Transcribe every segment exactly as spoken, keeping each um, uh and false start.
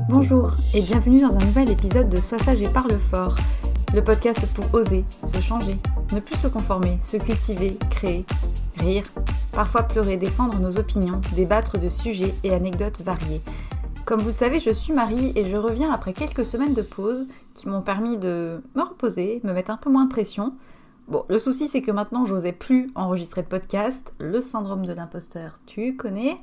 Bonjour et bienvenue dans un nouvel épisode de Sois sage et parle fort, le podcast pour oser, se changer, ne plus se conformer, se cultiver, créer, rire, parfois pleurer, défendre nos opinions, débattre de sujets et anecdotes variés. Comme vous le savez, je suis Marie et je reviens après quelques semaines de pause qui m'ont permis de me reposer, me mettre un peu moins de pression. Bon, le souci c'est que maintenant j'osais plus enregistrer de podcast, le syndrome de l'imposteur, tu connais.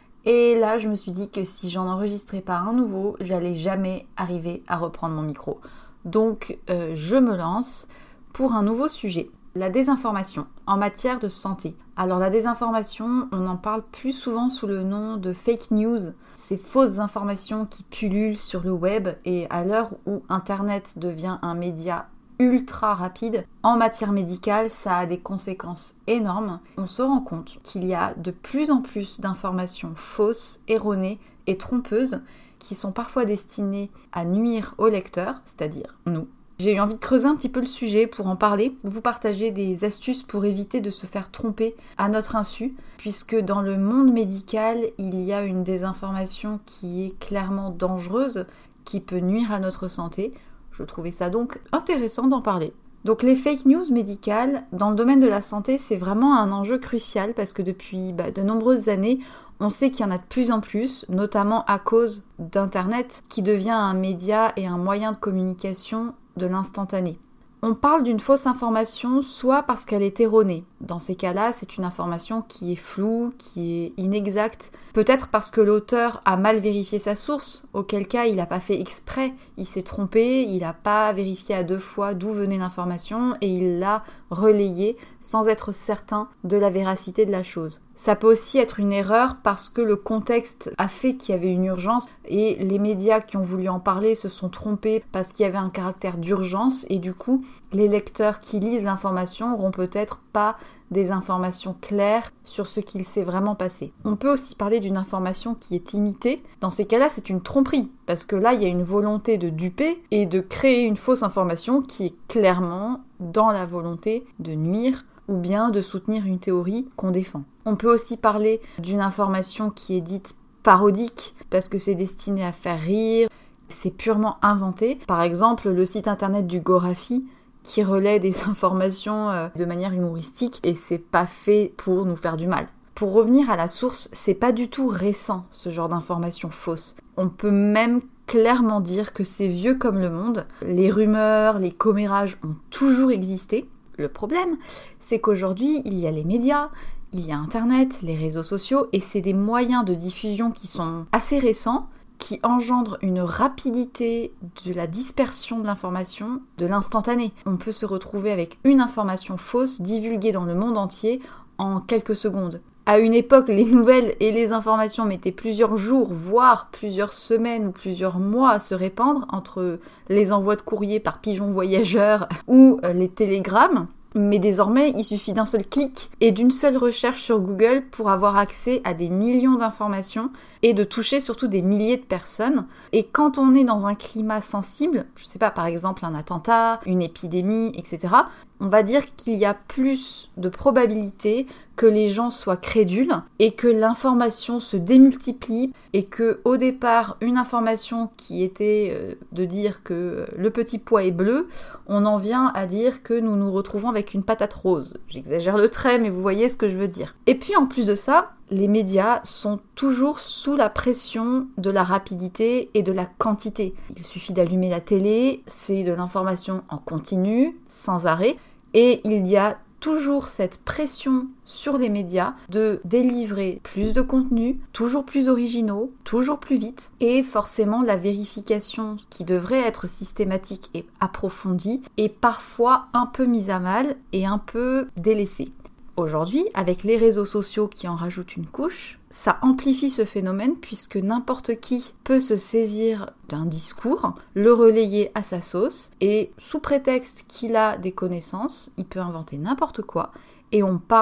Et là, je me suis dit que si j'en enregistrais pas un nouveau, j'allais jamais arriver à reprendre mon micro. Donc, euh, je me lance pour un nouveau sujet, la désinformation en matière de santé. Alors, la désinformation, on en parle plus souvent sous le nom de fake news. Ces fausses informations qui pullulent sur le web et à l'heure où Internet devient un média ultra rapide, en matière médicale, ça a des conséquences énormes. On se rend compte qu'il y a de plus en plus d'informations fausses, erronées et trompeuses qui sont parfois destinées à nuire au lecteur, c'est-à-dire nous. J'ai eu envie de creuser un petit peu le sujet pour en parler, vous partager des astuces pour éviter de se faire tromper à notre insu, puisque dans le monde médical, il y a une désinformation qui est clairement dangereuse, qui peut nuire à notre santé. Je trouvais ça donc intéressant d'en parler. Donc les fake news médicales, dans le domaine de la santé, c'est vraiment un enjeu crucial parce que depuis bah, de nombreuses années, on sait qu'il y en a de plus en plus, notamment à cause d'Internet, qui devient un média et un moyen de communication de l'instantané. On parle d'une fausse information soit parce qu'elle est erronée. Dans ces cas-là, c'est une information qui est floue, qui est inexacte. Peut-être parce que l'auteur a mal vérifié sa source, auquel cas il n'a pas fait exprès, il s'est trompé, il n'a pas vérifié à deux fois d'où venait l'information et il l'a relayée sans être certain de la véracité de la chose. Ça peut aussi être une erreur parce que le contexte a fait qu'il y avait une urgence et les médias qui ont voulu en parler se sont trompés parce qu'il y avait un caractère d'urgence et du coup, les lecteurs qui lisent l'information n'auront peut-être pas des informations claires sur ce qu'il s'est vraiment passé. On peut aussi parler d'une information qui est imitée. Dans ces cas-là, c'est une tromperie, parce que là, il y a une volonté de duper et de créer une fausse information qui est clairement dans la volonté de nuire ou bien de soutenir une théorie qu'on défend. On peut aussi parler d'une information qui est dite parodique, parce que c'est destiné à faire rire, c'est purement inventé. Par exemple, le site internet du Gorafi, qui relaie des informations euh, de manière humoristique et c'est pas fait pour nous faire du mal. Pour revenir à la source, c'est pas du tout récent ce genre d'informations fausses. On peut même clairement dire que c'est vieux comme le monde. Les rumeurs, les commérages ont toujours existé. Le problème, c'est qu'aujourd'hui, il y a les médias, il y a Internet, les réseaux sociaux et c'est des moyens de diffusion qui sont assez récents, qui engendre une rapidité de la dispersion de l'information, de l'instantané. On peut se retrouver avec une information fausse divulguée dans le monde entier en quelques secondes. À une époque, les nouvelles et les informations mettaient plusieurs jours, voire plusieurs semaines ou plusieurs mois à se répandre entre les envois de courrier par pigeon voyageur ou les télégrammes. Mais désormais, il suffit d'un seul clic et d'une seule recherche sur Google pour avoir accès à des millions d'informations et de toucher surtout des milliers de personnes. Et quand on est dans un climat sensible, je sais pas, par exemple un attentat, une épidémie, et cetera, on va dire qu'il y a plus de probabilité que les gens soient crédules et que l'information se démultiplie et que au départ, une information qui était euh, de dire que le petit pois est bleu, on en vient à dire que nous nous retrouvons avec une patate rose. J'exagère le trait, mais vous voyez ce que je veux dire. Et puis en plus de ça, les médias sont toujours sous la pression de la rapidité et de la quantité. Il suffit d'allumer la télé, c'est de l'information en continu, sans arrêt, et il y a toujours cette pression sur les médias de délivrer plus de contenu, toujours plus originaux, toujours plus vite, et forcément la vérification qui devrait être systématique et approfondie est parfois un peu mise à mal et un peu délaissée. Aujourd'hui, avec les réseaux sociaux qui en rajoutent une couche, ça amplifie ce phénomène puisque n'importe qui peut se saisir d'un discours, le relayer à sa sauce et sous prétexte qu'il a des connaissances, il peut inventer n'importe quoi et on parle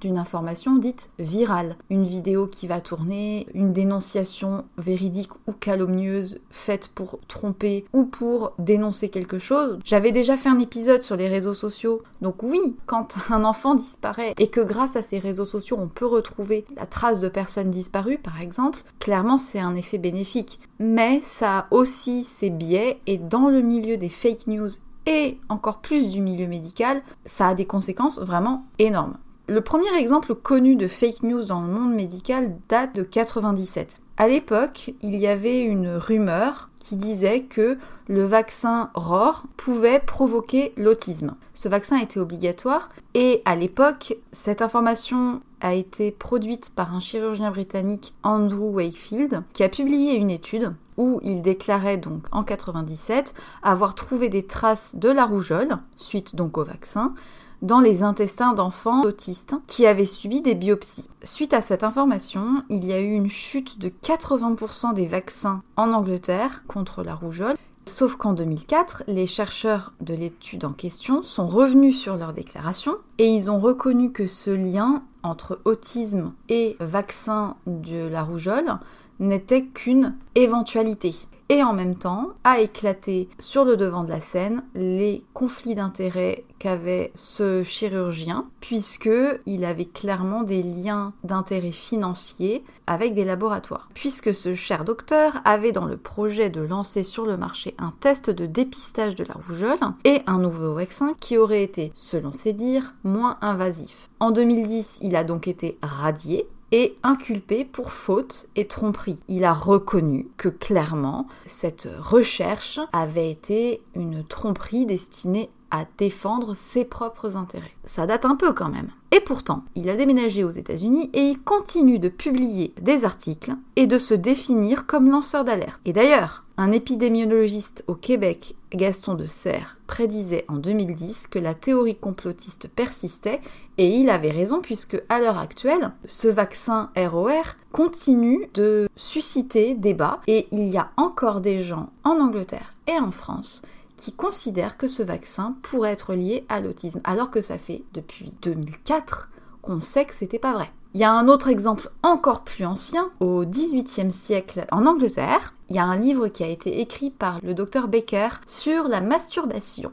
d'une information dite virale. Une vidéo qui va tourner, une dénonciation véridique ou calomnieuse faite pour tromper ou pour dénoncer quelque chose. J'avais déjà fait un épisode sur les réseaux sociaux. Donc oui, quand un enfant disparaît et que grâce à ces réseaux sociaux, on peut retrouver la trace de personnes disparues, par exemple, clairement c'est un effet bénéfique. Mais ça a aussi ses biais et dans le milieu des fake news et encore plus du milieu médical, ça a des conséquences vraiment énormes. Le premier exemple connu de fake news dans le monde médical date de quatre-vingt-dix-sept. À l'époque, il y avait une rumeur qui disait que le vaccin R O R pouvait provoquer l'autisme. Ce vaccin était obligatoire et à l'époque, cette information a été produite par un chirurgien britannique, Andrew Wakefield, qui a publié une étude où il déclarait donc en quatre-vingt-dix-sept avoir trouvé des traces de la rougeole, suite donc au vaccin, dans les intestins d'enfants autistes qui avaient subi des biopsies. Suite à cette information, il y a eu une chute de quatre-vingts pour cent des vaccins en Angleterre contre la rougeole, sauf qu'en deux mille quatre, les chercheurs de l'étude en question sont revenus sur leur déclaration et ils ont reconnu que ce lien entre autisme et vaccin de la rougeole n'était qu'une éventualité. Et en même temps, a éclaté sur le devant de la scène les conflits d'intérêts qu'avait ce chirurgien, puisqu'il avait clairement des liens d'intérêts financiers avec des laboratoires. Puisque ce cher docteur avait dans le projet de lancer sur le marché un test de dépistage de la rougeole et un nouveau vaccin qui aurait été, selon ses dires, moins invasif. En deux mille dix, il a donc été radié et inculpé pour faute et tromperie. Il a reconnu que clairement, cette recherche avait été une tromperie destinée à défendre ses propres intérêts. Ça date un peu quand même. Et pourtant, il a déménagé aux États-Unis et il continue de publier des articles et de se définir comme lanceur d'alerte. Et d'ailleurs, un épidémiologiste au Québec, Gaston de Serres, prédisait en deux mille dix que la théorie complotiste persistait et il avait raison puisque à l'heure actuelle, ce vaccin R O R continue de susciter débat et il y a encore des gens en Angleterre et en France qui considèrent que ce vaccin pourrait être lié à l'autisme, alors que ça fait depuis deux mille quatre qu'on sait que c'était pas vrai. Il y a un autre exemple encore plus ancien, au dix-huitième siècle en Angleterre, il y a un livre qui a été écrit par le docteur Baker sur la masturbation.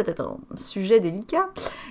Sujet délicat.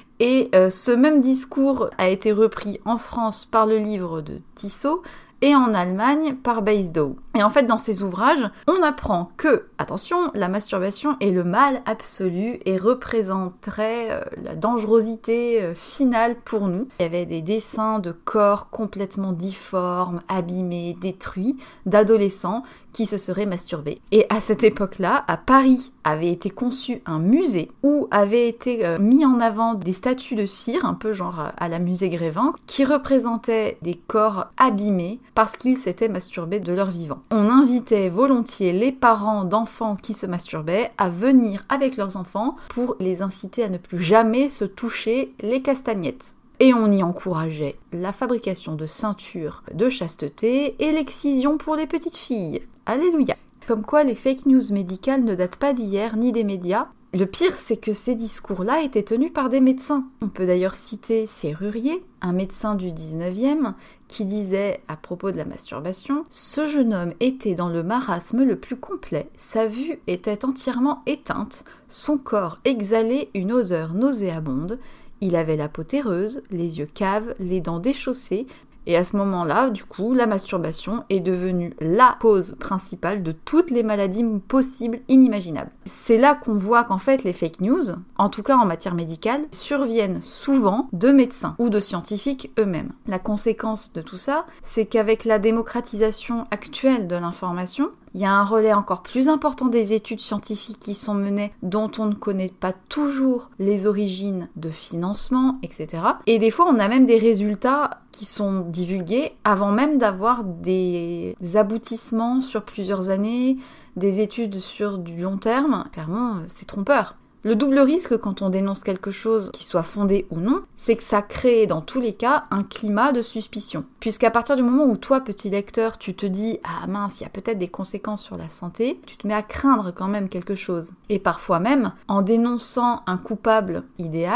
Et euh, ce même discours a été repris en France par le livre de Tissot, et en Allemagne par Basedow. Et en fait, dans ces ouvrages, on apprend que, attention, la masturbation est le mal absolu et représenterait euh, la dangerosité euh, finale pour nous. Il y avait des dessins de corps complètement difformes, abîmés, détruits, d'adolescents qui se seraient masturbés. Et à cette époque-là, à Paris, avait été conçu un musée où avaient été euh, mis en avant des statues de cire, un peu genre à, à la musée Grévin, qui représentaient des corps abîmés parce qu'ils s'étaient masturbés de leur vivant. On invitait volontiers les parents d'enfants qui se masturbaient à venir avec leurs enfants pour les inciter à ne plus jamais se toucher les castagnettes. Et on y encourageait la fabrication de ceintures de chasteté et l'excision pour les petites filles. Alléluia. Comme quoi les fake news médicales ne datent pas d'hier ni des médias. Le pire, c'est que ces discours-là étaient tenus par des médecins. On peut d'ailleurs citer Sérurier, un médecin du dix-neuvième, qui disait à propos de la masturbation « Ce jeune homme était dans le marasme le plus complet, sa vue était entièrement éteinte, son corps exhalait une odeur nauséabonde, il avait la peau terreuse, les yeux caves, les dents déchaussées, et à ce moment-là, du coup, la masturbation est devenue la cause principale de toutes les maladies possibles, inimaginables. C'est là qu'on voit qu'en fait, les fake news, en tout cas en matière médicale, surviennent souvent de médecins ou de scientifiques eux-mêmes. La conséquence de tout ça, c'est qu'avec la démocratisation actuelle de l'information, il y a un relais encore plus important des études scientifiques qui sont menées, dont on ne connaît pas toujours les origines de financement, et cetera. Et des fois, on a même des résultats qui sont divulgués avant même d'avoir des aboutissements sur plusieurs années, des études sur du long terme. Clairement, c'est trompeur. Le double risque quand on dénonce quelque chose qui soit fondé ou non, c'est que ça crée dans tous les cas un climat de suspicion. Puisqu'à partir du moment où toi, petit lecteur, tu te dis « Ah mince, il y a peut-être des conséquences sur la santé », tu te mets à craindre quand même quelque chose. Et parfois même, en dénonçant un coupable idéal,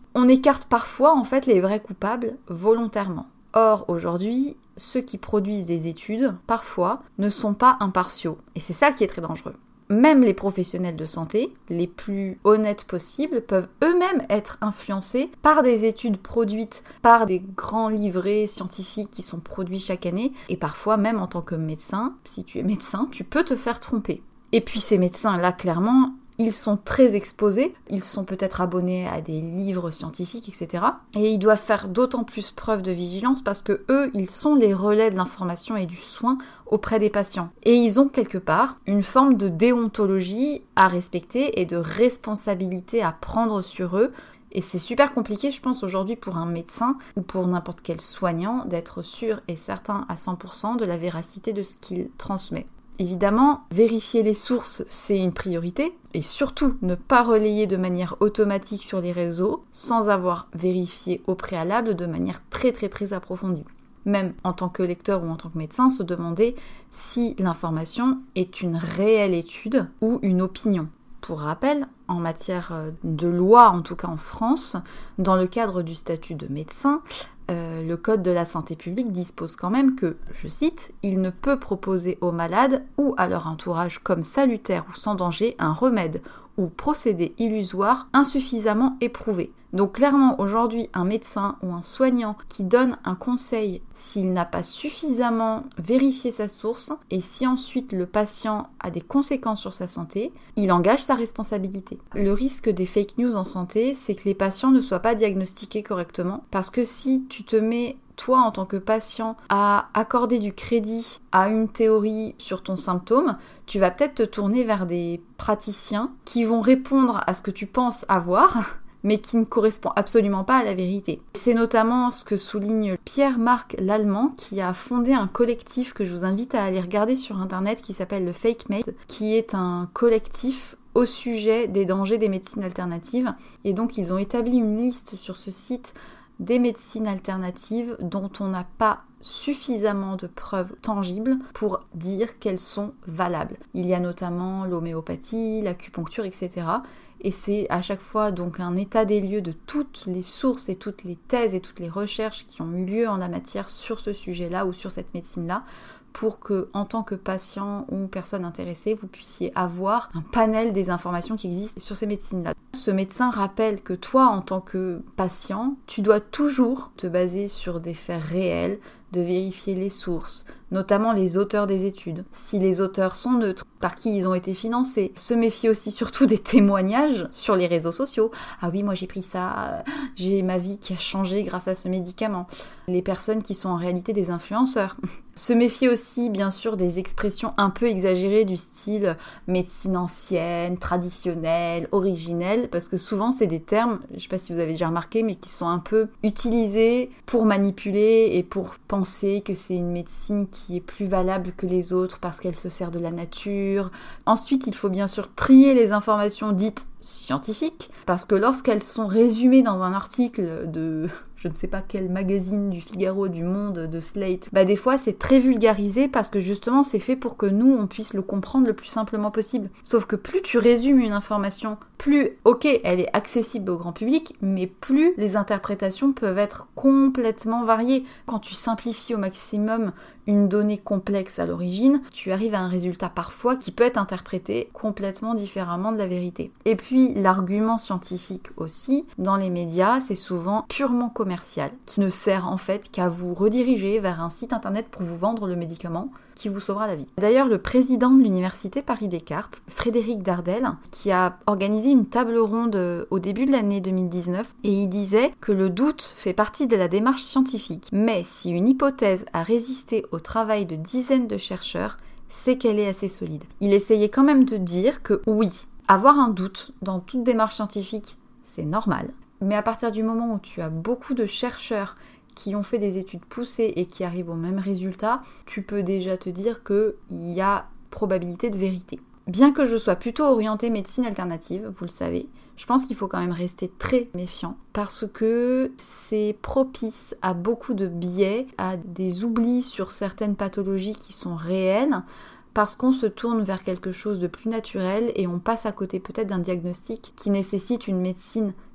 On écarte parfois en fait les vrais coupables volontairement. Or, aujourd'hui, ceux qui produisent des études, parfois, ne sont pas impartiaux. Et c'est ça qui est très dangereux. Même les professionnels de santé, les plus honnêtes possibles, peuvent eux-mêmes être influencés par des études produites par des grands livrets scientifiques qui sont produits chaque année. Et parfois, même en tant que médecin, si tu es médecin, tu peux te faire tromper. Et puis ces médecins-là, clairement, ils sont très exposés, ils sont peut-être abonnés à des livres scientifiques, et cetera. Et ils doivent faire d'autant plus preuve de vigilance parce que eux, ils sont les relais de l'information et du soin auprès des patients. Et ils ont quelque part une forme de déontologie à respecter et de responsabilité à prendre sur eux. Et c'est super compliqué, je pense, aujourd'hui pour un médecin ou pour n'importe quel soignant d'être sûr et certain à cent pour cent de la véracité de ce qu'il transmet. Évidemment, vérifier les sources, c'est une priorité, et surtout ne pas relayer de manière automatique sur les réseaux sans avoir vérifié au préalable de manière très très très approfondie. Même en tant que lecteur ou en tant que médecin, se demander si l'information est une réelle étude ou une opinion. Pour rappel, en matière de loi, en tout cas en France, dans le cadre du statut de médecin, euh, le Code de la santé publique dispose quand même que, je cite, « il ne peut proposer aux malades ou à leur entourage comme salutaire ou sans danger un remède ou procédé illusoire insuffisamment éprouvé ». Donc clairement, aujourd'hui, un médecin ou un soignant qui donne un conseil s'il n'a pas suffisamment vérifié sa source et si ensuite le patient a des conséquences sur sa santé, il engage sa responsabilité. Le risque des fake news en santé, c'est que les patients ne soient pas diagnostiqués correctement parce que si tu te mets toi, en tant que patient, à accorder du crédit à une théorie sur ton symptôme, tu vas peut-être te tourner vers des praticiens qui vont répondre à ce que tu penses avoir, mais qui ne correspond absolument pas à la vérité. C'est notamment ce que souligne Pierre-Marc Lallemand, qui a fondé un collectif que je vous invite à aller regarder sur internet, qui s'appelle le Fake Made, qui est un collectif au sujet des dangers des médecines alternatives. Et donc ils ont établi une liste sur ce site des médecines alternatives dont on n'a pas suffisamment de preuves tangibles pour dire qu'elles sont valables. Il y a notamment l'homéopathie, l'acupuncture, et cetera. Et c'est à chaque fois donc un état des lieux de toutes les sources et toutes les thèses et toutes les recherches qui ont eu lieu en la matière sur ce sujet-là ou sur cette médecine-là, pour que, en tant que patient ou personne intéressée, vous puissiez avoir un panel des informations qui existent sur ces médecines-là. Ce médecin rappelle que toi, en tant que patient, tu dois toujours te baser sur des faits réels, de vérifier les sources, notamment les auteurs des études. Si les auteurs sont neutres, par qui ils ont été financés. Se méfier aussi surtout des témoignages sur les réseaux sociaux. Ah oui, moi j'ai pris ça, j'ai ma vie qui a changé grâce à ce médicament. Les personnes qui sont en réalité des influenceurs. Se méfier aussi, bien sûr, des expressions un peu exagérées du style médecine ancienne, traditionnelle, originelle, parce que souvent c'est des termes, je sais pas si vous avez déjà remarqué, mais qui sont un peu utilisés pour manipuler et pour penser que c'est une médecine qui est plus valable que les autres parce qu'elle se sert de la nature. Ensuite, il faut bien sûr trier les informations dites scientifiques, parce que lorsqu'elles sont résumées dans un article de je ne sais pas quel magazine, du Figaro, du Monde, de Slate, bah des fois c'est très vulgarisé parce que justement c'est fait pour que nous on puisse le comprendre le plus simplement possible. Sauf que plus tu résumes une information, plus, ok, elle est accessible au grand public, mais plus les interprétations peuvent être complètement variées. Quand tu simplifies au maximum une donnée complexe à l'origine, tu arrives à un résultat parfois qui peut être interprété complètement différemment de la vérité. Et puis l'argument scientifique aussi, dans les médias, c'est souvent purement commercial, qui ne sert en fait qu'à vous rediriger vers un site internet pour vous vendre le médicament qui vous sauvera la vie. D'ailleurs, le président de l'université Paris-Descartes, Frédéric Dardel, qui a organisé une table ronde au début de l'année deux mille dix-neuf, et il disait que le doute fait partie de la démarche scientifique, mais si une hypothèse a résisté au travail de dizaines de chercheurs, c'est qu'elle est assez solide. Il essayait quand même de dire que oui, avoir un doute dans toute démarche scientifique, c'est normal, mais à partir du moment où tu as beaucoup de chercheurs qui ont fait des études poussées et qui arrivent au même résultat, tu peux déjà te dire qu'il y a probabilité de vérité. Bien que je sois plutôt orientée médecine alternative, vous le savez, je pense qu'il faut quand même rester très méfiant parce que c'est propice à beaucoup de biais, à des oublis sur certaines pathologies qui sont réelles, parce qu'on se tourne vers quelque chose de plus naturel et on passe à côté peut-être d'un diagnostic qui nécessite une médecine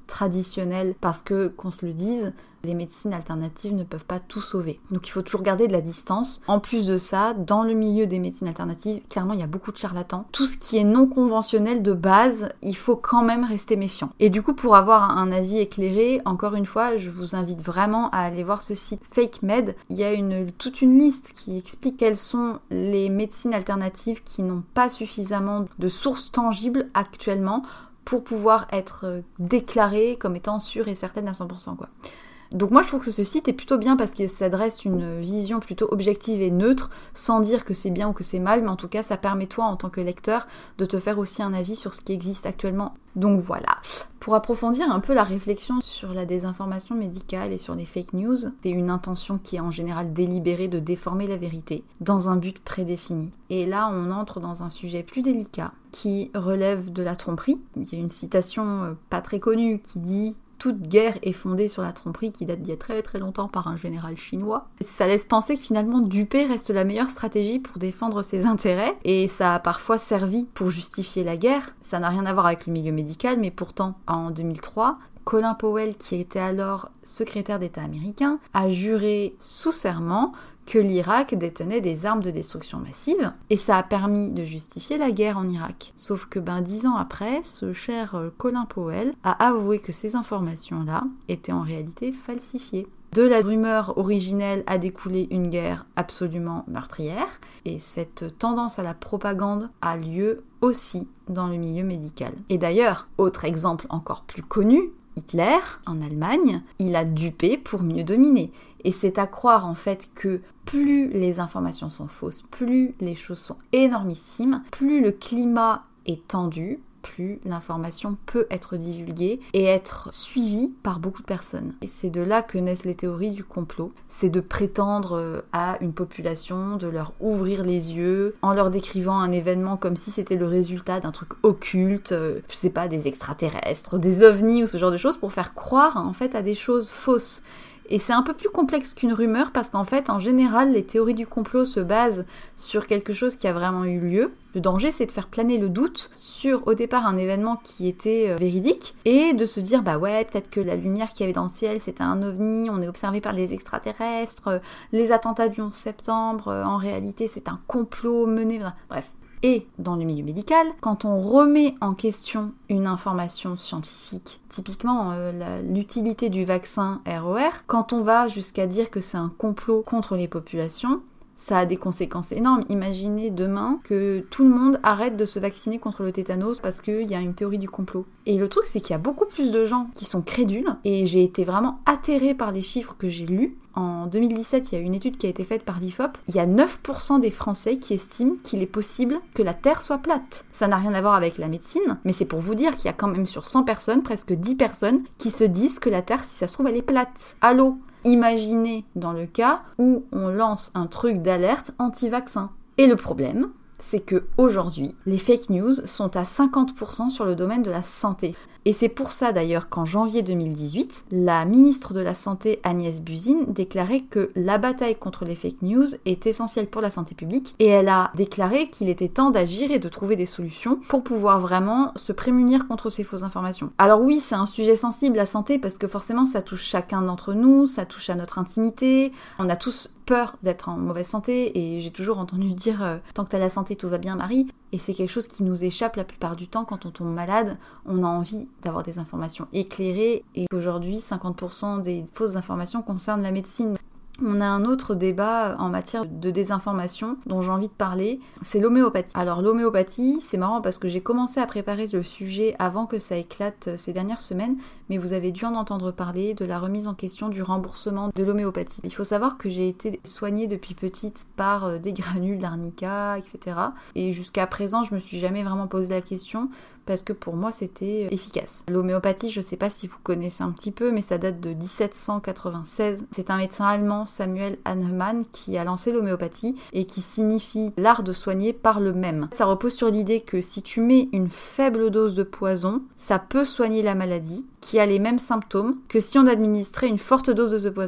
traditionnelles parce que, qu'on se le dise, les médecines alternatives ne peuvent pas tout sauver. Donc il faut toujours garder de la distance. En plus de ça, dans le milieu des médecines alternatives, clairement il y a beaucoup de charlatans. Tout ce qui est non conventionnel de base, il faut quand même rester méfiant. Et du coup, pour avoir un avis éclairé, encore une fois, je vous invite vraiment à aller voir ce site FakeMed. Il y a une, toute une liste qui explique quelles sont les médecines alternatives qui n'ont pas suffisamment de sources tangibles actuellement pour pouvoir être déclarées comme étant sûres et certaines à cent pour cent, quoi. Donc moi je trouve que ce site est plutôt bien parce qu'il s'adresse une vision plutôt objective et neutre, sans dire que c'est bien ou que c'est mal, mais en tout cas ça permet toi en tant que lecteur de te faire aussi un avis sur ce qui existe actuellement. Donc voilà. Pour approfondir un peu la réflexion sur la désinformation médicale et sur les fake news, c'est une intention qui est en général délibérée de déformer la vérité dans un but prédéfini. Et là on entre dans un sujet plus délicat qui relève de la tromperie. Il y a une citation pas très connue qui dit « Toute guerre est fondée sur la tromperie » qui date d'il y a très très longtemps par un général chinois. Ça laisse penser que finalement duper reste la meilleure stratégie pour défendre ses intérêts et ça a parfois servi pour justifier la guerre. Ça n'a rien à voir avec le milieu médical, mais pourtant en deux mille trois, Colin Powell, qui était alors secrétaire d'État américain, a juré sous serment que l'Irak détenait des armes de destruction massive, et ça a permis de justifier la guerre en Irak. Sauf que ben dix ans après, ce cher Colin Powell a avoué que ces informations-là étaient en réalité falsifiées. De la rumeur originelle a découlé une guerre absolument meurtrière, et cette tendance à la propagande a lieu aussi dans le milieu médical. Et d'ailleurs, autre exemple encore plus connu, Hitler, en Allemagne, il a dupé pour mieux dominer. Et c'est à croire en fait que plus les informations sont fausses, plus les choses sont énormissimes, plus le climat est tendu, plus l'information peut être divulguée et être suivie par beaucoup de personnes. Et c'est de là que naissent les théories du complot. C'est de prétendre à une population, de leur ouvrir les yeux en leur décrivant un événement comme si c'était le résultat d'un truc occulte, euh, je sais pas, des extraterrestres, des ovnis ou ce genre de choses pour faire croire en fait à des choses fausses. Et c'est un peu plus complexe qu'une rumeur parce qu'en fait, en général, les théories du complot se basent sur quelque chose qui a vraiment eu lieu. Le danger, c'est de faire planer le doute sur, au départ, un événement qui était euh, véridique et de se dire, bah ouais, peut-être que la lumière qu'il y avait dans le ciel, c'était un ovni, on est observé par les extraterrestres, euh, les attentats du onze septembre, euh, en réalité, c'est un complot mené... Bref. Et dans le milieu médical, quand on remet en question une information scientifique, typiquement euh, la, l'utilité du vaccin R O R, quand on va jusqu'à dire que c'est un complot contre les populations, ça a des conséquences énormes. Imaginez demain que tout le monde arrête de se vacciner contre le tétanos parce qu'il y a une théorie du complot. Et le truc, c'est qu'il y a beaucoup plus de gens qui sont crédules, et j'ai été vraiment atterrée par les chiffres que j'ai lus. En deux mille dix-sept, il y a une étude qui a été faite par l'I F O P. Il y a neuf pour cent des Français qui estiment qu'il est possible que la Terre soit plate. Ça n'a rien à voir avec la médecine, mais c'est pour vous dire qu'il y a quand même sur cent personnes, presque dix personnes, qui se disent que la Terre, si ça se trouve, elle est plate. Allô ? Imaginez dans le cas où on lance un truc d'alerte anti-vaccin. Et le problème, c'est que aujourd'hui, les fake news sont à cinquante pour cent sur le domaine de la santé. Et c'est pour ça d'ailleurs qu'en janvier deux mille dix-huit, la ministre de la Santé Agnès Buzyn déclarait que la bataille contre les fake news est essentielle pour la santé publique, et elle a déclaré qu'il était temps d'agir et de trouver des solutions pour pouvoir vraiment se prémunir contre ces fausses informations. Alors oui, c'est un sujet sensible, la santé, parce que forcément ça touche chacun d'entre nous, ça touche à notre intimité, on a tous peur d'être en mauvaise santé, et j'ai toujours entendu dire euh, « tant que t'as la santé, tout va bien, Marie », et c'est quelque chose qui nous échappe la plupart du temps. Quand on tombe malade, on a envie d'avoir des informations éclairées, et aujourd'hui, cinquante pour cent des fausses informations concernent la médecine. On a un autre débat en matière de désinformation dont j'ai envie de parler, c'est l'homéopathie. Alors l'homéopathie, c'est marrant parce que j'ai commencé à préparer le sujet avant que ça éclate ces dernières semaines, mais vous avez dû en entendre parler de la remise en question du remboursement de l'homéopathie. Il faut savoir que j'ai été soignée depuis petite par des granules d'arnica, et cetera. Et jusqu'à présent, je me suis jamais vraiment posé la question parce que pour moi c'était efficace. L'homéopathie, je sais pas si vous connaissez un petit peu, mais ça date de dix-sept cent quatre-vingt-seize. C'est un médecin allemand, Samuel Hahnemann, qui a lancé l'homéopathie et qui signifie l'art de soigner par le même. Ça repose sur l'idée que si tu mets une faible dose de poison, ça peut soigner la maladie qui a les mêmes symptômes que si on administrait une forte dose de ce poison.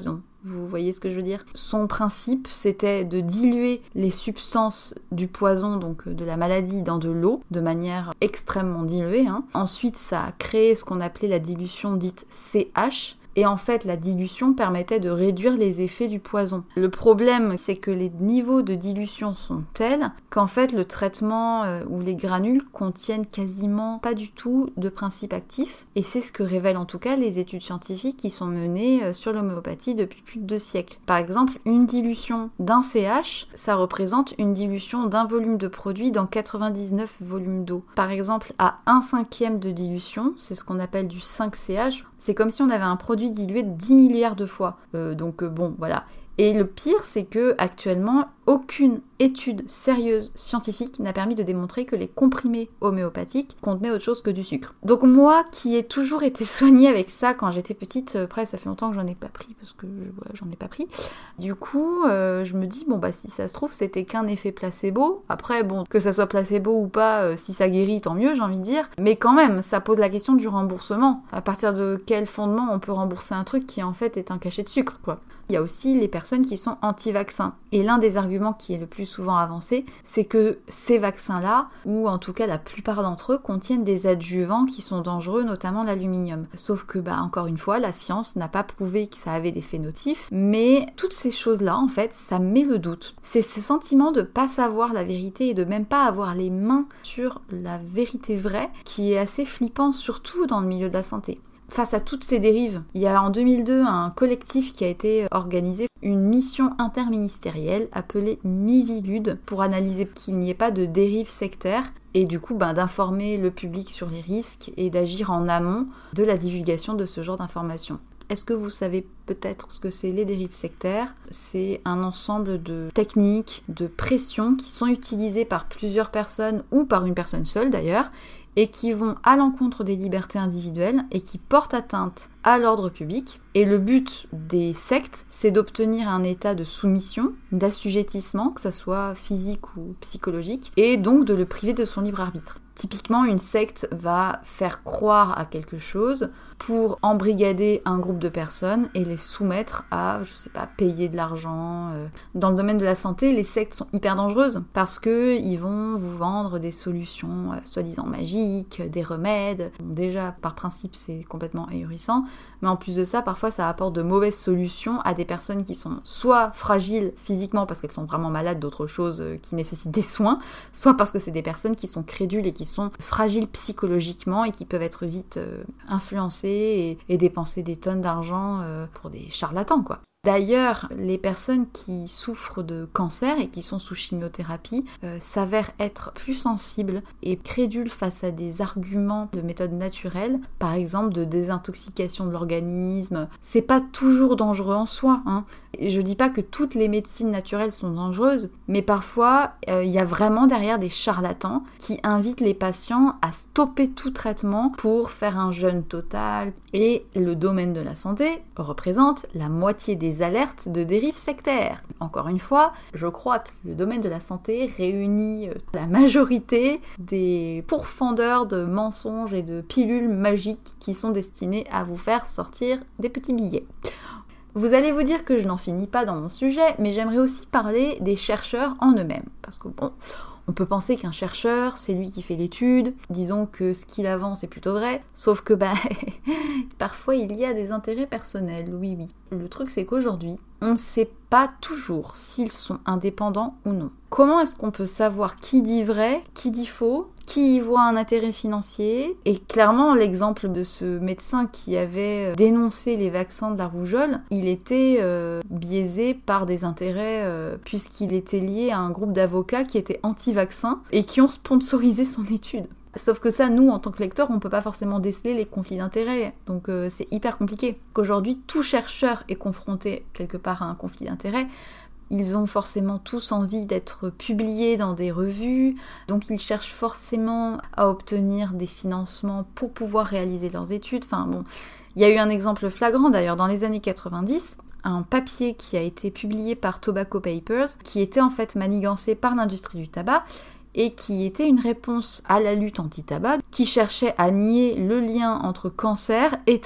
vous voyez ce que je veux dire ? Son principe, c'était de diluer les substances du poison, donc de la maladie, dans de l'eau, de manière extrêmement diluée. Hein. Ensuite, ça a créé ce qu'on appelait la dilution dite C H, et en fait, la dilution permettait de réduire les effets du poison. Le problème, c'est que les niveaux de dilution sont tels qu'en fait, le traitement euh, ou les granules contiennent quasiment pas du tout de principe actif. Et c'est ce que révèlent en tout cas les études scientifiques qui sont menées euh, sur l'homéopathie depuis plus de deux siècles. Par exemple, une dilution d'un C H, ça représente une dilution d'un volume de produit dans quatre-vingt-dix-neuf volumes d'eau. Par exemple, à un cinquième de dilution, c'est ce qu'on appelle du cinq C H, c'est comme si on avait un produit dilué dix milliards de fois. Euh, donc euh, bon, voilà. Et le pire, c'est que actuellement, aucune étude sérieuse scientifique n'a permis de démontrer que les comprimés homéopathiques contenaient autre chose que du sucre. Donc moi, qui ai toujours été soignée avec ça quand j'étais petite, après ça fait longtemps que j'en ai pas pris parce que ouais, j'en ai pas pris. Du coup, euh, je me dis bon bah si ça se trouve c'était qu'un effet placebo. Après bon que ça soit placebo ou pas, euh, si ça guérit tant mieux, j'ai envie de dire. Mais quand même, ça pose la question du remboursement. À partir de quel fondement on peut rembourser un truc qui en fait est un cachet de sucre, quoi. Il y a aussi les personnes qui sont anti-vaccins. Et l'un des arguments qui est le plus souvent avancé, c'est que ces vaccins-là, ou en tout cas la plupart d'entre eux, contiennent des adjuvants qui sont dangereux, notamment l'aluminium. Sauf que, bah, encore une fois, la science n'a pas prouvé que ça avait des effets notifs, mais toutes ces choses-là, en fait, ça met le doute. C'est ce sentiment de pas savoir la vérité et de même pas avoir les mains sur la vérité vraie qui est assez flippant, surtout dans le milieu de la santé. Face à toutes ces dérives, il y a en deux mille deux un collectif qui a été organisé, une mission interministérielle appelée Miviludes pour analyser qu'il n'y ait pas de dérives sectaires et du coup ben, d'informer le public sur les risques et d'agir en amont de la divulgation de ce genre d'informations. Est-ce que vous savez peut-être ce que c'est les dérives sectaires ? C'est un ensemble de techniques, de pressions qui sont utilisées par plusieurs personnes ou par une personne seule d'ailleurs et qui vont à l'encontre des libertés individuelles et qui portent atteinte à l'ordre public. Et le but des sectes, c'est d'obtenir un état de soumission, d'assujettissement, que ça soit physique ou psychologique, et donc de le priver de son libre arbitre. Typiquement, une secte va faire croire à quelque chose pour embrigader un groupe de personnes et les soumettre à, je sais pas, payer de l'argent. Dans le domaine de la santé, les sectes sont hyper dangereuses parce que ils vont vous vendre des solutions soi-disant magiques, des remèdes. Bon, déjà, par principe, c'est complètement ahurissant, mais en plus de ça, parfois, ça apporte de mauvaises solutions à des personnes qui sont soit fragiles physiquement parce qu'elles sont vraiment malades d'autres choses qui nécessitent des soins, soit parce que c'est des personnes qui sont crédules et qui sont fragiles psychologiquement et qui peuvent être vite euh, influencées et, et dépenser des tonnes d'argent euh, pour des charlatans, quoi. D'ailleurs, les personnes qui souffrent de cancer et qui sont sous chimiothérapie euh, s'avèrent être plus sensibles et crédules face à des arguments de méthode naturelle, par exemple de désintoxication de l'organisme. C'est pas toujours dangereux en soi, hein. Et je dis pas que toutes les médecines naturelles sont dangereuses, mais parfois il euh, y a vraiment derrière des charlatans qui invitent les patients à stopper tout traitement pour faire un jeûne total. Et le domaine de la santé représente la moitié des alertes de dérives sectaires. Encore une fois, je crois que le domaine de la santé réunit la majorité des pourfendeurs de mensonges et de pilules magiques qui sont destinées à vous faire sortir des petits billets. Vous allez vous dire que je n'en finis pas dans mon sujet, mais j'aimerais aussi parler des chercheurs en eux-mêmes. Parce que bon, on peut penser qu'un chercheur, c'est lui qui fait l'étude, disons que ce qu'il avance est plutôt vrai, sauf que bah, parfois il y a des intérêts personnels, oui oui. Le truc c'est qu'aujourd'hui, on ne sait pas toujours s'ils sont indépendants ou non. Comment est-ce qu'on peut savoir qui dit vrai, qui dit faux, qui y voit un intérêt financier ? Et clairement, l'exemple de ce médecin qui avait dénoncé les vaccins de la rougeole, il était euh, biaisé par des intérêts euh, puisqu'il était lié à un groupe d'avocats qui étaient anti-vaccins et qui ont sponsorisé son étude. Sauf que ça, nous, en tant que lecteurs, on peut pas forcément déceler les conflits d'intérêts, donc euh, c'est hyper compliqué. Qu'aujourd'hui, tout chercheur est confronté quelque part à un conflit d'intérêts. Ils ont forcément tous envie d'être publiés dans des revues, donc ils cherchent forcément à obtenir des financements pour pouvoir réaliser leurs études. Enfin bon, il y a eu un exemple flagrant d'ailleurs dans les années quatre-vingt-dix, un papier qui a été publié par Tobacco Papers, qui était en fait manigancé par l'industrie du tabac, et qui était une réponse à la lutte anti-tabac, qui cherchait à nier le lien entre cancer et tabac.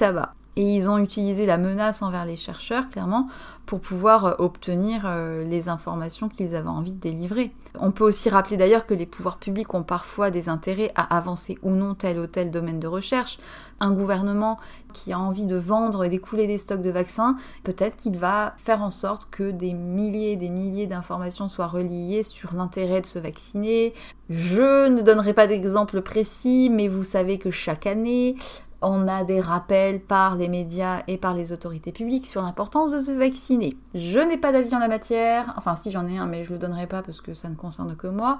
Et ils ont utilisé la menace envers les chercheurs, clairement, pour pouvoir euh, obtenir euh, les informations qu'ils avaient envie de délivrer. On peut aussi rappeler d'ailleurs que les pouvoirs publics ont parfois des intérêts à avancer ou non tel ou tel domaine de recherche. Un gouvernement qui a envie de vendre et d'écouler des stocks de vaccins, peut-être qu'il va faire en sorte que des milliers et des milliers d'informations soient reliées sur l'intérêt de se vacciner. Je ne donnerai pas d'exemple précis, mais vous savez que chaque année, on a des rappels par les médias et par les autorités publiques sur l'importance de se vacciner. Je n'ai pas d'avis en la matière, enfin si j'en ai un, mais je le donnerai pas parce que ça ne concerne que moi.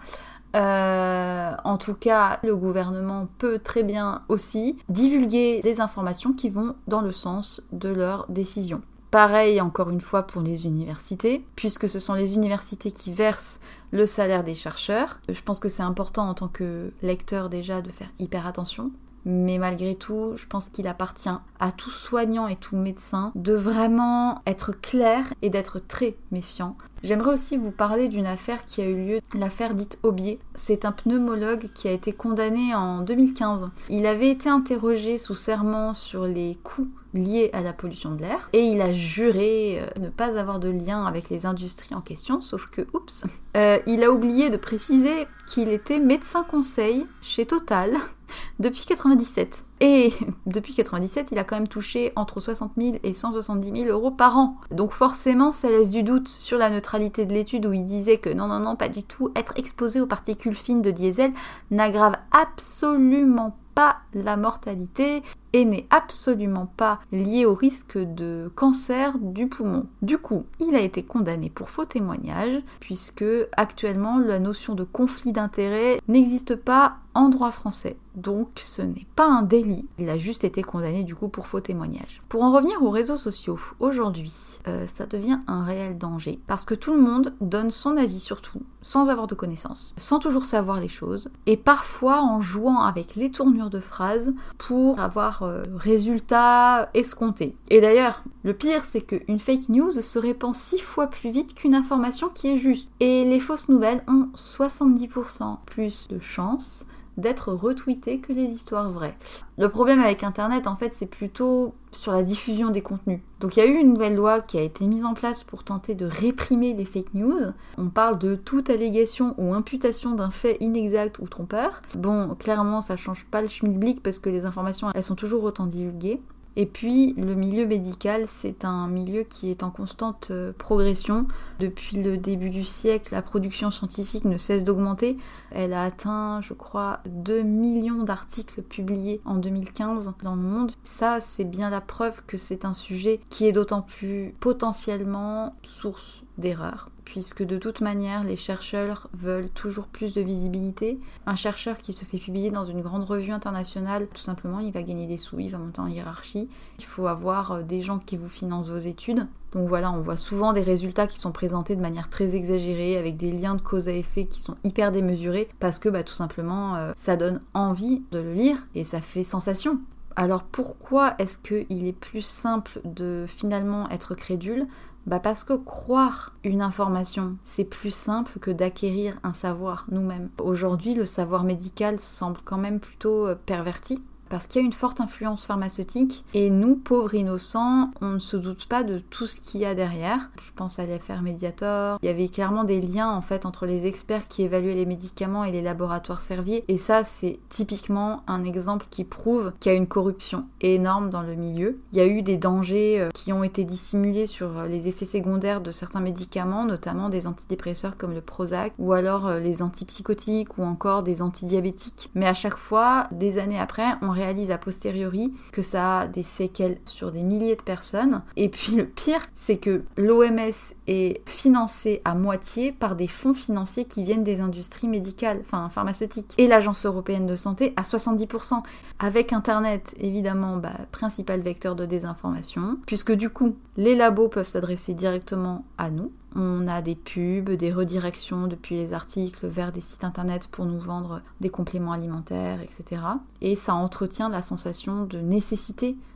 Euh, en tout cas, le gouvernement peut très bien aussi divulguer des informations qui vont dans le sens de leurs décisions. Pareil, encore une fois, pour les universités, puisque ce sont les universités qui versent le salaire des chercheurs. Je pense que c'est important en tant que lecteur déjà de faire hyper attention. Mais malgré tout, je pense qu'il appartient à tout soignant et tout médecin de vraiment être clair et d'être très méfiant. J'aimerais aussi vous parler d'une affaire qui a eu lieu, l'affaire dite Aubier. C'est un pneumologue qui a été condamné en deux mille quinze. Il avait été interrogé sous serment sur les coûts liés à la pollution de l'air et il a juré ne pas avoir de lien avec les industries en question, sauf que, oups, euh, il a oublié de préciser qu'il était médecin conseil chez Total depuis quatre-vingt-dix-sept. Et depuis quatre-vingt-dix-sept, il a quand même touché entre soixante mille et cent soixante-dix mille euros par an. Donc forcément, ça laisse du doute sur la neutralité de l'étude où il disait que non, non, non, pas du tout, être exposé aux particules fines de diesel n'aggrave absolument pas la mortalité et n'est absolument pas lié au risque de cancer du poumon. Du coup, il a été condamné pour faux témoignage, puisque actuellement la notion de conflit d'intérêts n'existe pas en droit français. Donc ce n'est pas un délit, il a juste été condamné du coup pour faux témoignage. Pour en revenir aux réseaux sociaux, aujourd'hui, euh, ça devient un réel danger, parce que tout le monde donne son avis sur tout, sans avoir de connaissances, sans toujours savoir les choses, et parfois en jouant avec les tournures de phrases pour avoir euh, résultats escomptés. Et d'ailleurs, le pire, c'est qu'une fake news se répand six fois plus vite qu'une information qui est juste. Et les fausses nouvelles ont soixante-dix pour cent plus de chances d'être retweetées que les histoires vraies. Le problème avec Internet, en fait, c'est plutôt sur la diffusion des contenus. Donc il y a eu une nouvelle loi qui a été mise en place pour tenter de réprimer les fake news. On parle de toute allégation ou imputation d'un fait inexact ou trompeur. Bon, clairement, ça change pas le schmilblick parce que les informations, elles sont toujours autant divulguées. Et puis, le milieu médical, c'est un milieu qui est en constante euh, progression. Depuis le début du siècle, la production scientifique ne cesse d'augmenter. Elle a atteint, je crois, deux millions d'articles publiés en deux mille quinze dans le monde. Ça, c'est bien la preuve que c'est un sujet qui est d'autant plus potentiellement source d'erreurs. Puisque de toute manière, les chercheurs veulent toujours plus de visibilité. Un chercheur qui se fait publier dans une grande revue internationale, tout simplement, il va gagner des sous, il va monter en hiérarchie. Il faut avoir des gens qui vous financent vos études. Donc voilà, on voit souvent des résultats qui sont présentés de manière très exagérée, avec des liens de cause à effet qui sont hyper démesurés, parce que bah, tout simplement, euh, ça donne envie de le lire et ça fait sensation. Alors pourquoi est-ce qu'il est plus simple de finalement être crédule ? Bah parce que croire une information, c'est plus simple que d'acquérir un savoir nous-mêmes. Aujourd'hui, le savoir médical semble quand même plutôt perverti, parce qu'il y a une forte influence pharmaceutique, et nous, pauvres innocents, on ne se doute pas de tout ce qu'il y a derrière. Je pense à l'affaire Mediator. Il y avait clairement des liens en fait entre les experts qui évaluaient les médicaments et les laboratoires Servier, et ça c'est typiquement un exemple qui prouve qu'il y a une corruption énorme dans le milieu. Il y a eu des dangers qui ont été dissimulés sur les effets secondaires de certains médicaments, notamment des antidépresseurs comme le Prozac, ou alors les antipsychotiques, ou encore des antidiabétiques. Mais à chaque fois, des années après, on réalise a posteriori que ça a des séquelles sur des milliers de personnes. Et puis le pire, c'est que l'O M S est financée à moitié par des fonds financiers qui viennent des industries médicales, enfin pharmaceutiques. Et l'Agence européenne de santé à soixante-dix pour cent. Avec Internet, évidemment, bah, principal vecteur de désinformation, puisque du coup, les labos peuvent s'adresser directement à nous. On a des pubs, des redirections depuis les articles vers des sites internet pour nous vendre des compléments alimentaires, et cetera. Et ça entretient la sensation de nécessité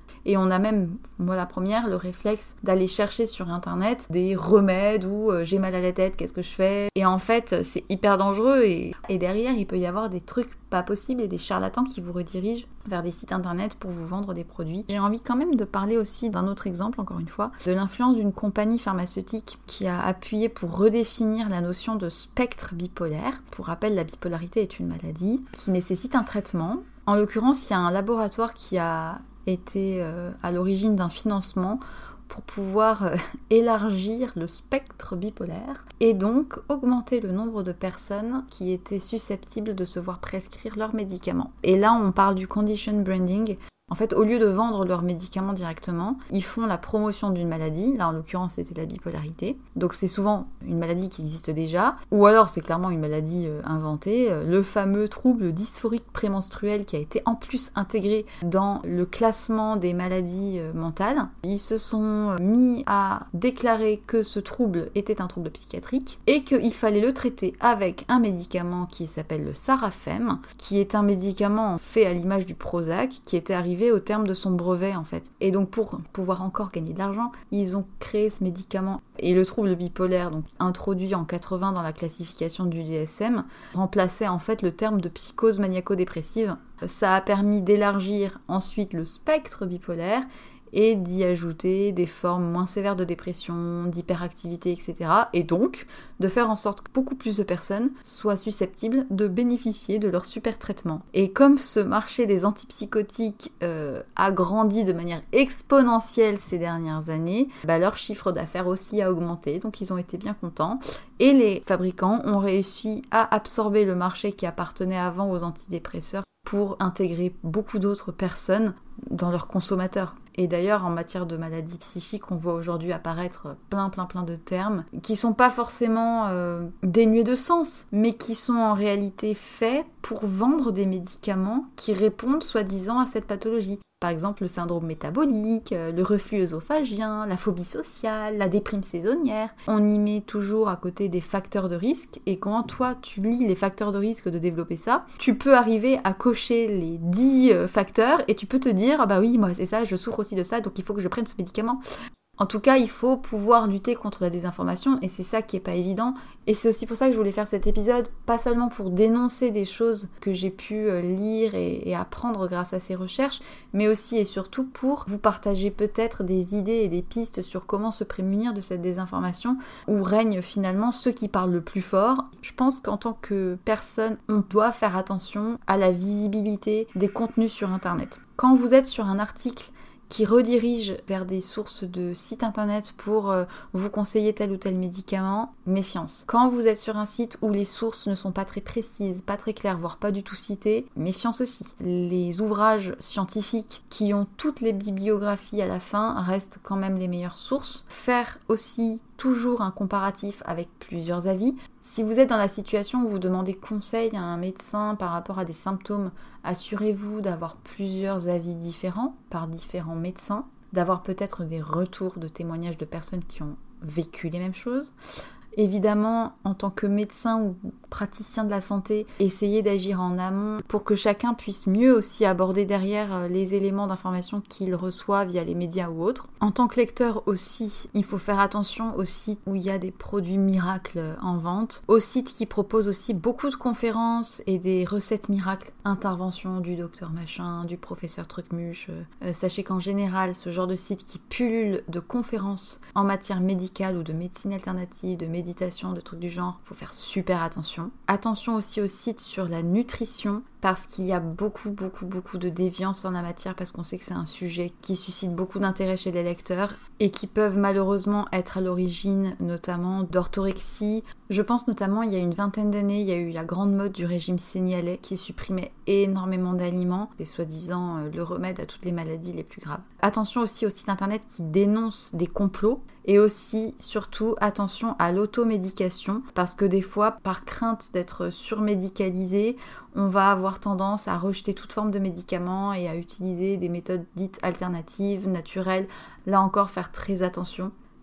Et on a même, moi la première, le réflexe d'aller chercher sur internet des remèdes ou euh, j'ai mal à la tête, qu'est-ce que je fais? Et en fait, c'est hyper dangereux et, et derrière, il peut y avoir des trucs pas possibles et des charlatans qui vous redirigent vers des sites internet pour vous vendre des produits. J'ai envie quand même de parler aussi d'un autre exemple, encore une fois, de l'influence d'une compagnie pharmaceutique qui a appuyé pour redéfinir la notion de spectre bipolaire. Pour rappel, la bipolarité est une maladie qui nécessite un traitement. En l'occurrence, il y a un laboratoire qui a été euh, à l'origine d'un financement pour pouvoir euh, élargir le spectre bipolaire et donc augmenter le nombre de personnes qui étaient susceptibles de se voir prescrire leurs médicaments. Et là, on parle du condition branding. En fait, au lieu de vendre leurs médicaments directement, ils font la promotion d'une maladie. Là, en l'occurrence, c'était la bipolarité. Donc, c'est souvent une maladie qui existe déjà. Ou alors, c'est clairement une maladie euh, inventée. Euh, le fameux trouble dysphorique prémenstruel qui a été en plus intégré dans le classement des maladies euh, mentales. Ils se sont mis à déclarer que ce trouble était un trouble psychiatrique et qu'il fallait le traiter avec un médicament qui s'appelle le Sarafem, qui est un médicament fait à l'image du Prozac, qui était arrivé au terme de son brevet en fait. Et donc pour pouvoir encore gagner de l'argent, ils ont créé ce médicament. Et le trouble bipolaire, donc introduit en quatre-vingts dans la classification du D S M, remplaçait en fait le terme de psychose maniaco-dépressive. Ça a permis d'élargir ensuite le spectre bipolaire et d'y ajouter des formes moins sévères de dépression, d'hyperactivité, et cetera. Et donc, de faire en sorte que beaucoup plus de personnes soient susceptibles de bénéficier de leur super traitement. Et comme ce marché des antipsychotiques euh, a grandi de manière exponentielle ces dernières années, bah leur chiffre d'affaires aussi a augmenté, donc ils ont été bien contents. Et les fabricants ont réussi à absorber le marché qui appartenait avant aux antidépresseurs pour intégrer beaucoup d'autres personnes dans leurs consommateurs. Et d'ailleurs, en matière de maladies psychiques, on voit aujourd'hui apparaître plein plein plein de termes qui sont pas forcément euh, dénués de sens, mais qui sont en réalité faits pour vendre des médicaments qui répondent soi-disant à cette pathologie. Par exemple, le syndrome métabolique, le reflux œsophagien, la phobie sociale, la déprime saisonnière. On y met toujours à côté des facteurs de risque, et quand toi tu lis les facteurs de risque de développer ça, tu peux arriver à cocher les dix facteurs et tu peux te dire « Ah bah oui, moi c'est ça, je souffre aussi de ça, donc il faut que je prenne ce médicament ». En tout cas, il faut pouvoir lutter contre la désinformation et c'est ça qui est pas évident. Et c'est aussi pour ça que je voulais faire cet épisode, pas seulement pour dénoncer des choses que j'ai pu lire et, et apprendre grâce à ces recherches, mais aussi et surtout pour vous partager peut-être des idées et des pistes sur comment se prémunir de cette désinformation où règnent finalement ceux qui parlent le plus fort. Je pense qu'en tant que personne, on doit faire attention à la visibilité des contenus sur Internet. Quand vous êtes sur un article qui redirige vers des sources de sites internet pour euh, vous conseiller tel ou tel médicament, méfiance. Quand vous êtes sur un site où les sources ne sont pas très précises, pas très claires, voire pas du tout citées, méfiance aussi. Les ouvrages scientifiques qui ont toutes les bibliographies à la fin restent quand même les meilleures sources. Faire aussi toujours un comparatif avec plusieurs avis. Si vous êtes dans la situation où vous demandez conseil à un médecin par rapport à des symptômes, assurez-vous d'avoir plusieurs avis différents par différents médecins, d'avoir peut-être des retours de témoignages de personnes qui ont vécu les mêmes choses. Évidemment, en tant que médecin ou praticien de la santé, essayez d'agir en amont pour que chacun puisse mieux aussi aborder derrière les éléments d'information qu'il reçoit via les médias ou autres. En tant que lecteur aussi, il faut faire attention aux sites où il y a des produits miracles en vente, aux sites qui proposent aussi beaucoup de conférences et des recettes miracles, intervention du docteur machin, du professeur trucmuche. Euh, sachez qu'en général, ce genre de site qui pullule de conférences en matière médicale ou de médecine alternative, de médecine de trucs du genre, faut faire super attention. Attention aussi aux sites sur la nutrition, parce qu'il y a beaucoup, beaucoup, beaucoup de déviance en la matière, parce qu'on sait que c'est un sujet qui suscite beaucoup d'intérêt chez les lecteurs, et qui peuvent malheureusement être à l'origine notamment d'orthorexie. Je pense notamment, il y a une vingtaine d'années, il y a eu la grande mode du régime sénialais, qui supprimait énormément d'aliments, et soi-disant euh, le remède à toutes les maladies les plus graves. Attention aussi aux sites internet qui dénoncent des complots, et aussi, surtout, attention à l'automédication, parce que des fois, par crainte d'être surmédicalisé, on va avoir tendance à rejeter toute forme de médicaments et à utiliser des méthodes dites alternatives, naturelles. Là encore, faire très attention.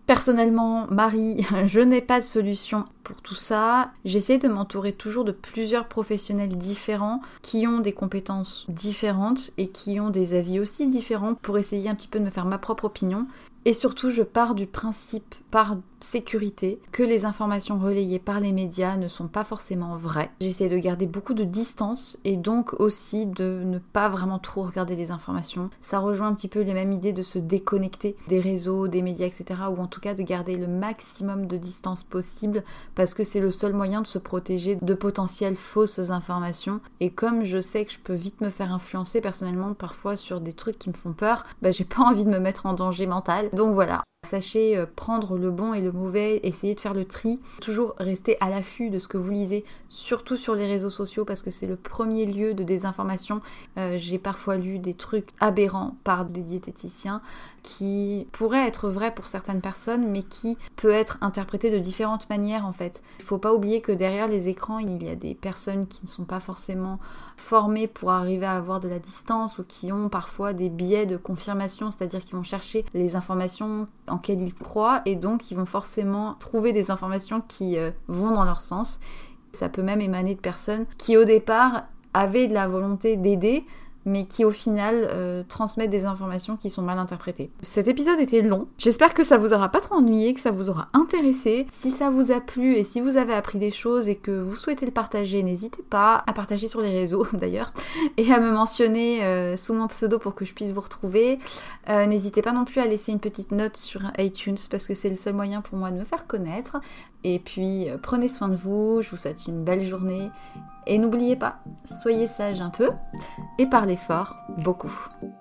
Personnellement, Marie, je n'ai pas de solution pour tout ça. J'essaie de m'entourer toujours de plusieurs professionnels différents qui ont des compétences différentes et qui ont des avis aussi différents pour essayer un petit peu de me faire ma propre opinion. Et surtout, je pars du principe, par sécurité, que les informations relayées par les médias ne sont pas forcément vraies. J'essaie de garder beaucoup de distance et donc aussi de ne pas vraiment trop regarder les informations. Ça rejoint un petit peu les mêmes idées de se déconnecter des réseaux, des médias, et cetera. Ou en tout cas de garder le maximum de distance possible parce que c'est le seul moyen de se protéger de potentielles fausses informations. Et comme je sais que je peux vite me faire influencer personnellement parfois sur des trucs qui me font peur, bah j'ai pas envie de me mettre en danger mental. Donc voilà. Sachez euh, prendre le bon et le mauvais, essayez de faire le tri, toujours rester à l'affût de ce que vous lisez, surtout sur les réseaux sociaux parce que c'est le premier lieu de désinformation. Euh, j'ai parfois lu des trucs aberrants par des diététiciens qui pourraient être vrais pour certaines personnes mais qui peut être interprétés de différentes manières en fait. Il faut pas oublier que derrière les écrans, il y a des personnes qui ne sont pas forcément formées pour arriver à avoir de la distance ou qui ont parfois des biais de confirmation, c'est-à-dire qu'ils vont chercher les informations en quelles ils croient et donc ils vont forcément trouver des informations qui euh, vont dans leur sens. Ça peut même émaner de personnes qui au départ avaient de la volonté d'aider mais qui au final euh, transmettent des informations qui sont mal interprétées. Cet épisode était long, j'espère que ça vous aura pas trop ennuyé, que ça vous aura intéressé. Si ça vous a plu et si vous avez appris des choses et que vous souhaitez le partager, n'hésitez pas à partager sur les réseaux d'ailleurs et à me mentionner euh, sous mon pseudo pour que je puisse vous retrouver. Euh, n'hésitez pas non plus à laisser une petite note sur iTunes parce que c'est le seul moyen pour moi de me faire connaître. Et puis euh, prenez soin de vous, je vous souhaite une belle journée. Et n'oubliez pas, soyez sages un peu et parlez fort beaucoup.